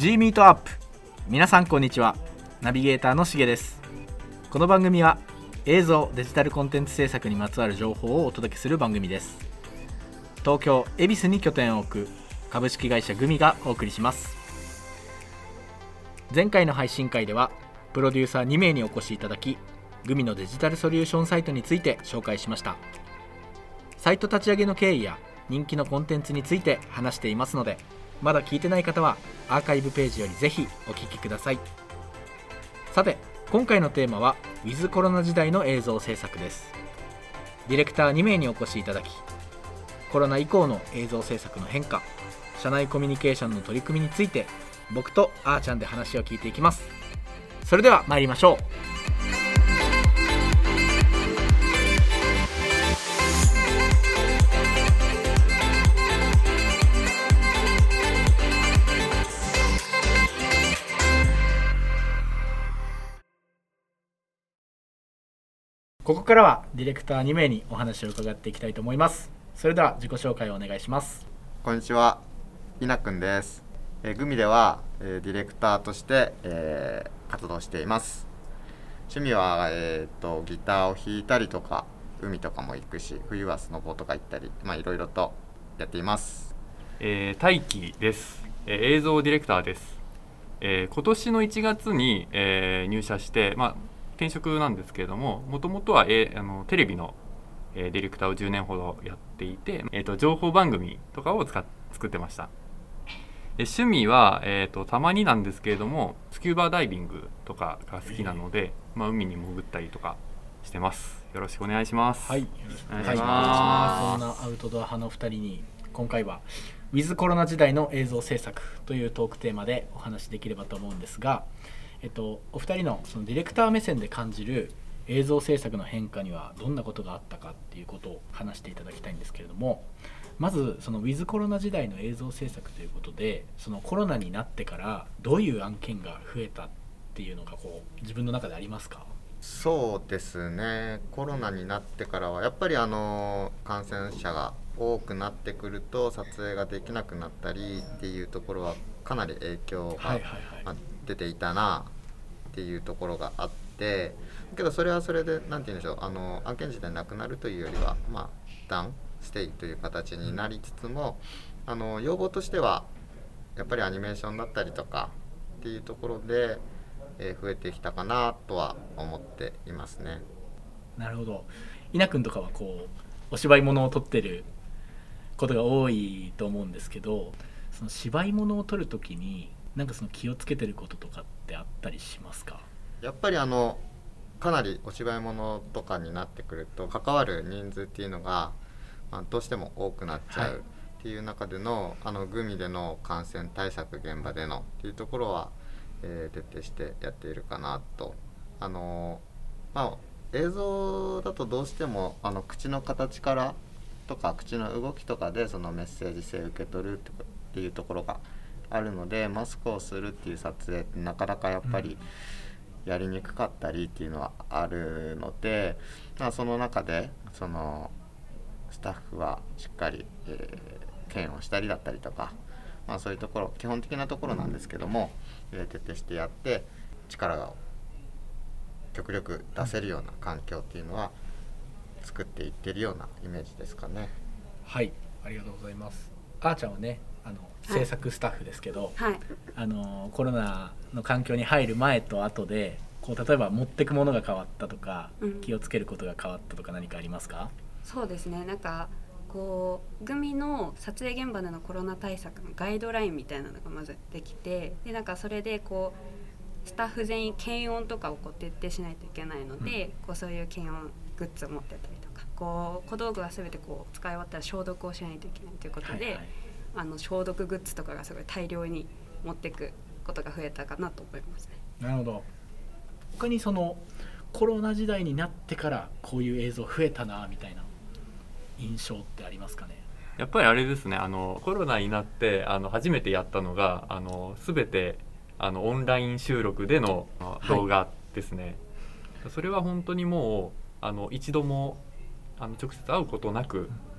G ミートアップ。皆さんこんにちは。ナビゲーターのしげです。この番組は映像デジタルコンテンツ制作にまつわる情報をお届けする番組です。東京恵比寿に拠点を置く株式会社グミがお送りします。前回の配信会ではプロデューサー2名にお越しいただき、グミのデジタルソリューションサイトについて紹介しました。サイト立ち上げの経緯や人気のコンテンツについて話していますので、まだ聞いてない方はアーカイブページよりぜひお聞きください。さて、今回のテーマはウィズコロナ時代の映像制作です。ディレクター2名にお越しいただき、コロナ以降の映像制作の変化、社内コミュニケーションの取り組みについて僕とあーちゃんで話を聞いていきます。それでは参りましょう。ここからはディレクター2名にお話を伺っていきたいと思います。それでは自己紹介をお願いします。 こんにちは、稲くんです。グミでは、ディレクターとして、活動しています。趣味は、ギターを弾いたりとか、海とかも行くし、冬はスノボとか行ったり、いろいろとやっています。 大輝です。映像ディレクターです。今年の1月に、入社して、転職なんですけれども、もともとは、テレビの、ディレクターを10年ほどやっていて、情報番組とかを作ってました。趣味は、たまになんですけれども、スキューバーダイビングとかが好きなので、海に潜ったりとかしてます。よろしくお願いします。 はい、よろしくお願いします。そんなアウトドア派の2人に今回はウィズコロナ時代の映像制作というトークテーマでお話しできればと思うんですが、お二人のそのディレクター目線で感じる映像制作の変化にはどんなことがあったかっていうことを話していただきたいんですけれども、まずそのウィズコロナ時代の映像制作ということで、そのコロナになってからどういう案件が増えたっていうのが自分の中でありますか？ そうですね、コロナになってからはやっぱり感染者が多くなってくると撮影ができなくなったりっていうところはかなり影響が出ていたなっていうところがあって、けどそれはそれで何て言うんでしょう、案件自体なくなるというよりはダウンステイという形になりつつも、要望としてはやっぱりアニメーションだったりとかっていうところで、増えてきたかなとは思っていますね。 なるほど。稲くんとかはお芝居ものを撮ってることが多いと思うんですけど、その芝居ものを撮るときになんかその気をつけてることとかってあったりしますか？ やっぱりかなりお芝居ものとかになってくると関わる人数っていうのが、どうしても多くなっちゃうっていう中での、グミでの感染対策現場でのっていうところは、徹底してやっているかなと。映像だとどうしても口の形からとか口の動きとかでそのメッセージ性を受け取るっていうところがあるので、マスクをするっていう撮影ってなかなかやっぱりやりにくかったりっていうのはあるので、その中でそのスタッフはしっかり、検温したりだったりとか、そういうところ基本的なところなんですけども、徹底してやって力が極力出せるような環境っていうのは作っていってるようなイメージですかね。 はい、ありがとうございます。あーちゃんはね、制作スタッフですけど、はい、コロナの環境に入る前と後で例えば持ってくものが変わったとか、気をつけることが変わったとか何かありますか？ そうですね、なんかグミの撮影現場でのコロナ対策のガイドラインみたいなのがまずできて、でなんかそれでスタッフ全員検温とかを徹底しないといけないので、そういう検温グッズを持ってたりとか、小道具は全て使い終わったら消毒をしないといけないということで、消毒グッズとかがすごい大量に持っていくことが増えたかなと思いますね。 なるほど。他にそのコロナ時代になってからこういう映像増えたなみたいな印象ってありますかね？ やっぱりあれですね、コロナになって初めてやったのが全てオンライン収録での動画ですね。それは本当にもう一度も直接会うことなく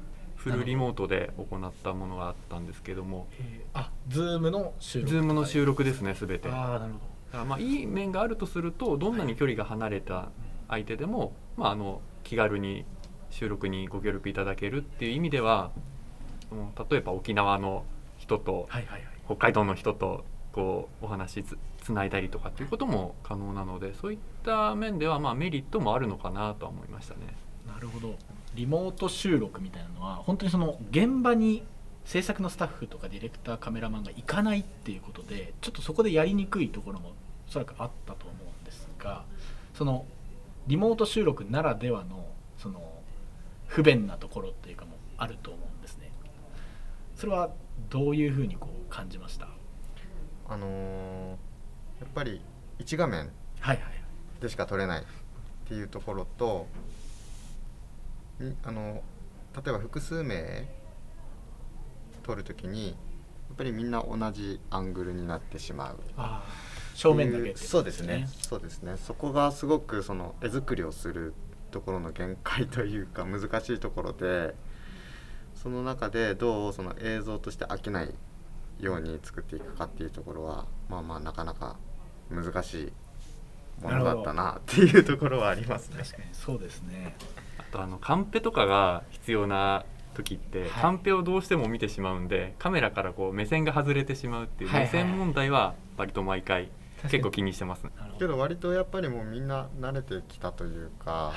フルリモートで行ったものがあったんですけども、 Zoom の収録。 Zoom の収録ですね、全て。 なるほど。 だからまあいい面があるとすると、どんなに距離が離れた相手でも、気軽に収録にご協力いただけるっていう意味では、例えば沖縄の人と北海道の人とこうお話つないだりとかっていうことも可能なので、そういった面ではメリットもあるのかなとは思いましたね。 なるほど。リモート収録みたいなのは本当にその現場に制作のスタッフとかディレクターカメラマンが行かないっていうことで、ちょっとそこでやりにくいところもおそらくあったと思うんですが、そのリモート収録ならではのその不便なところっていうかもあると思うんですね。それはどういうふうにこう感じました？ やっぱり1画面でしか撮れないっていうところと、例えば複数名撮るときにやっぱりみんな同じアングルになってしまう。 正面だけ、 そうですね。そこがすごくその絵作りをするところの限界というか難しいところで、その中でどうその映像として飽きないように作っていくかっていうところはなかなか難しいものだったなっていうところはありますね。 確かにそうですね。 あとカンペとかが必要な時って、カンペをどうしても見てしまうんで、カメラからこう目線が外れてしまうっていう目線問題は割と毎回結構気にしてますね。 けど割とやっぱりもうみんな慣れてきたというか、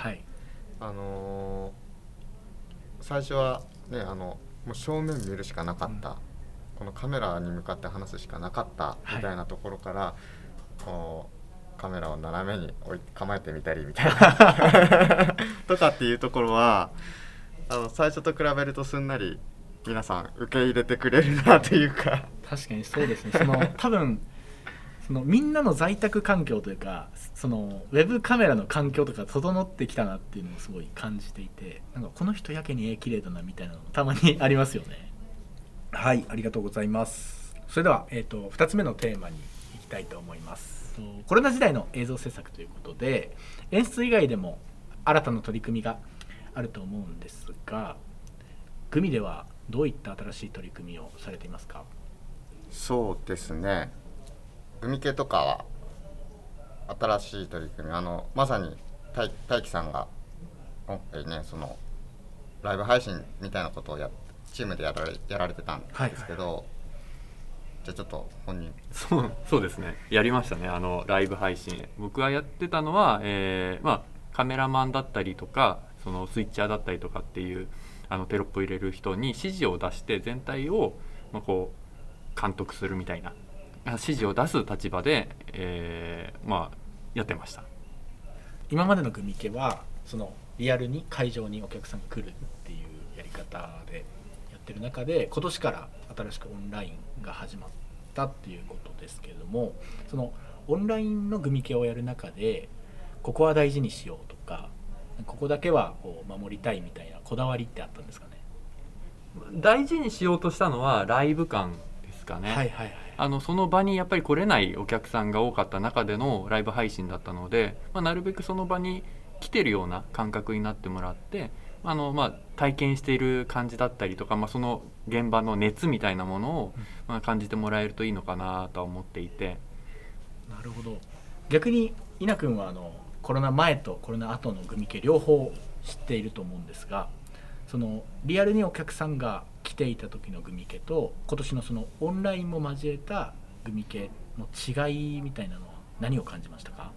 最初はねもう正面見るしかなかった、このカメラに向かって話すしかなかったみたいなところから、こうカメラを斜めに構えてみたりみたいなとかっていうところは最初と比べるとすんなり皆さん受け入れてくれるなというか。 確かにそうですね。多分そのみんなの在宅環境というか、そのウェブカメラの環境とか整ってきたなっていうのをすごい感じていて、なんかこの人やけに綺麗だなみたいなのもたまにありますよね。 はい、ありがとうございます。それでは、2つ目のテーマに行きたいと思います。 コロナ時代の映像制作ということで、演出以外でも新たな取り組みがあると思うんですが、グミではどういった新しい取り組みをされていますか？ そうですね、グミ系とかは新しい取り組み、まさに大輝さんが今回ね、そのライブ配信みたいなことをチームでやられてたんですけど、じゃあちょっと本人。 そうですね、やりましたね。ライブ配信僕がやってたのは、カメラマンだったりとか、そのスイッチャーだったりとかっていうテロップを入れる人に指示を出して全体をこう監督するみたいな指示を出す立場で、やってました。 今までのグミ系はそのリアルに会場にお客さんが来るっていうやり方でやってる中で、今年から新しくオンラインが始まったっていうことですけれども、そのオンラインのグミ系をやる中でここは大事にしようとか、ここだけはこう守りたいみたいなこだわりってあったんですかね？ 大事にしようとしたのはライブ感ですかね。その場にやっぱり来れないお客さんが多かった中でのライブ配信だったので、なるべくその場に来てるような感覚になってもらって、体験している感じだったりとか、その現場の熱みたいなものを、感じてもらえるといいのかなとは思っていて。 なるほど。逆に稲君はコロナ前とコロナ後のグミ系両方知っていると思うんですが、そのリアルにお客さんが来ていた時のグミ系と今年のそのオンラインも交えたグミ系の違いみたいなのは何を感じましたか？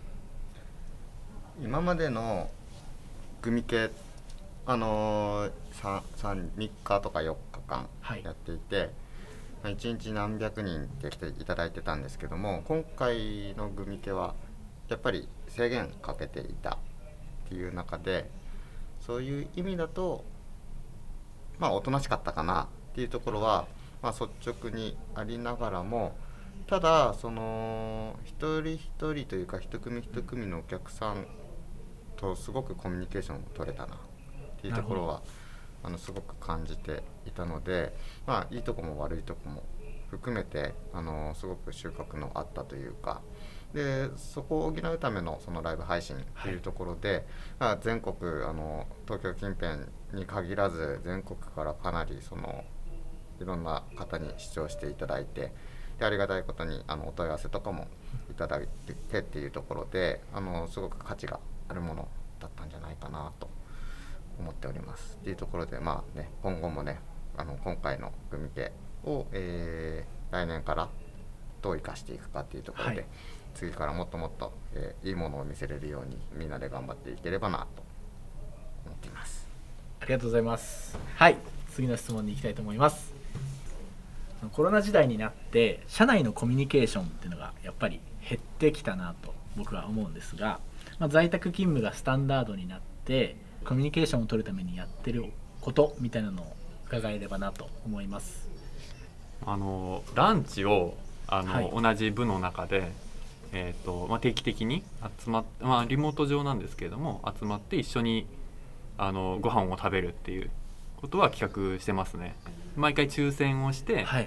今までのグミ系3日とか4日間やっていて、1日何百人って来ていただいてたんですけども、今回のグミ系はやっぱり制限かけていたっていう中で、そういう意味だとおとなしかったかなっていうところは、率直にありながらも、ただその一人一人というか一組一組のお客さんとすごくコミュニケーションを取れたなっていうところはすごく感じていたので、いいとこも悪いとこも含めてすごく収穫のあったというか、 でそこを補うためのそのライブ配信というところで、全国東京近辺に限らず全国からかなりいろんな方に視聴していただいて、でありがたいことにお問い合わせとかもいただいてっていうところですごく価値があるものだったんじゃないかなと思っておりますっていうところで、今後もね今回の組系を、来年からどう生かしていくかっていうところで、次からもっともっと、いいものを見せれるようにみんなで頑張っていければなと思っています。 ありがとうございます。はい、次の質問に行きたいと思います。コロナ時代になって社内のコミュニケーションっていうのがやっぱり減ってきたなと僕は思うんですが、在宅勤務がスタンダードになってコミュニケーションを取るためにやってることみたいなのを伺えればなと思います。 ランチを同じ部の中で、定期的に集まって、リモート上なんですけれども集まって一緒にご飯を食べるっていうことは企画してますね。毎回抽選をして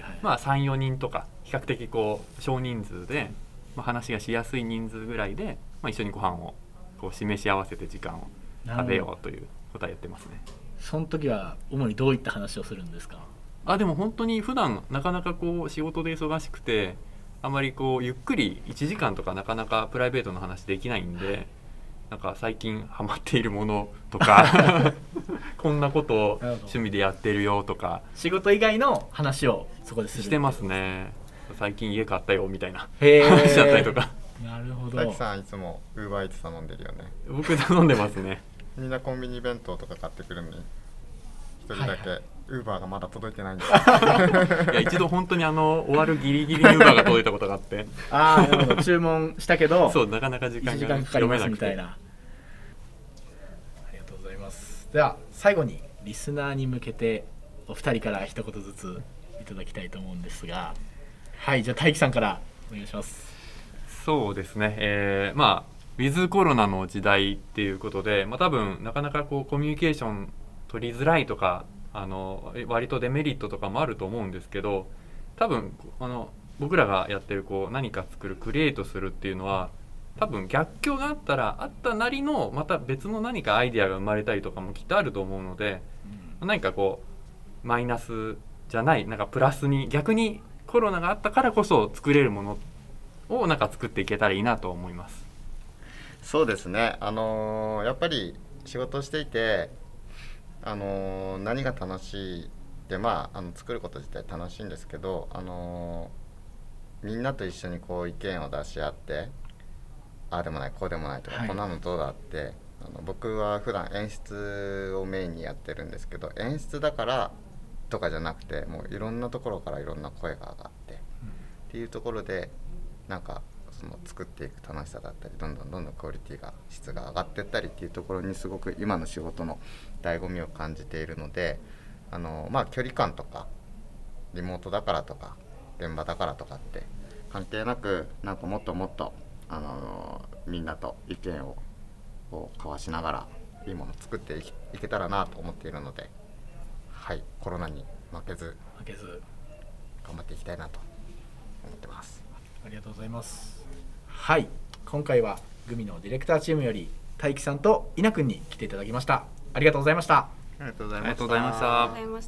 、3、4人とか比較的少人数で、話がしやすい人数ぐらいで、一緒にご飯を示し合わせて時間を食べようということはやってますね。 その時は主にどういった話をするんですか？ でも本当に普段なかなか仕事で忙しくてあまりゆっくり1時間とかなかなかプライベートの話できないんで、なんか最近ハマっているものとかこんなことを趣味でやってるよとか仕事以外の話をそこでするしてますね。最近家買ったよみたいな話だったりとか。 なるほど。 さきさんいつも Uber Eats 頼んでるよね。 僕頼んでますね。 みんなコンビニ弁当とか買ってくるのに一人だけUber がまだ届いてないんですいや一度本当に終わるギリギリに Uber が届いたことがあってなるほど。注文したけどそうなかなか時間がかかりますみたいな。ありがとうございます。では最後にリスナーに向けてお二人から一言ずついただきたいと思うんですが、じゃあ大樹さんからお願いします。 そうですね、ウィズコロナの時代っていうことで、多分なかなかコミュニケーション取りづらいとか割とデメリットとかもあると思うんですけど、多分僕らがやってる何か作るクリエイトするっていうのは多分逆境があったなりのまた別の何かアイデアが生まれたりとかもきっとあると思うので、何かマイナスじゃないなんかプラスに逆にコロナがあったからこそ作れるものをなんか作っていけたらいいなと思います。 そうですね、やっぱり仕事していて何が楽しいって作ること自体楽しいんですけど、みんなと一緒に意見を出し合ってああでもないこうでもないとか、こんなのどうだって僕は普段演出をメインにやってるんですけど、演出だからとかじゃなくてもういろんなところからいろんな声が上がって、っていうところでなんか作っていく楽しさだったりどんどんクオリティが質が上がっていったりっていうところにすごく今の仕事の醍醐味を感じているので、距離感とかリモートだからとか現場だからとかって関係なく、なんかもっともっとみんなと意見を交わしながらいいものを作っていけたらなと思っているので、コロナに負けず頑張っていきたいなと思ってます。 ありがとうございます。今回はグミのディレクターチームより大樹さんと稲くんに来ていただきました。ありがとうございました。 ありがとうございました。 ありがとうございました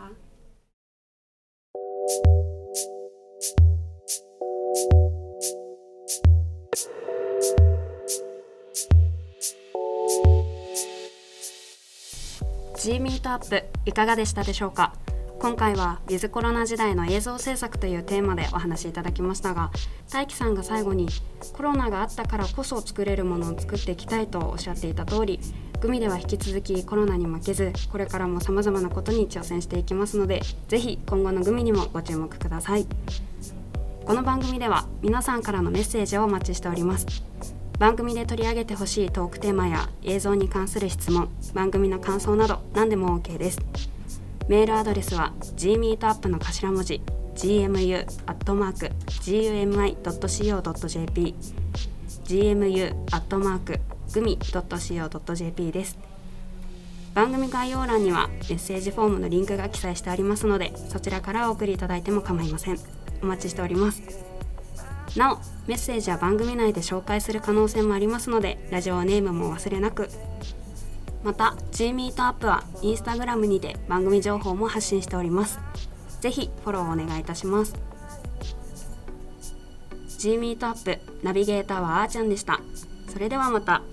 。G ミートアップいかがでしたでしょうか。今回はウィズコロナ時代の映像制作というテーマでお話しいただきましたが、大樹さんが最後にコロナがあったからこそ作れるものを作っていきたいとおっしゃっていた通り、グミでは引き続きコロナに負けずこれからも様々なことに挑戦していきますので、ぜひ今後のグミにもご注目ください。この番組では皆さんからのメッセージをお待ちしております。番組で取り上げてほしいトークテーマや映像に関する質問、番組の感想など何でも OK です。メールアドレスは gmeetup の頭文字 gmu@gumi.co.jp gmu@gumi.co.jp です。番組概要欄にはメッセージフォームのリンクが記載してありますので、そちらからお送りいただいても構いません。お待ちしております。 なおメッセージは番組内で紹介する可能性もありますので、ラジオネームも忘れなく。また G ミートアップはインスタグラムにて番組情報も発信しております。ぜひフォローお願いいたします。 G ミートアップナビゲーターはあーちゃんでした。それではまた。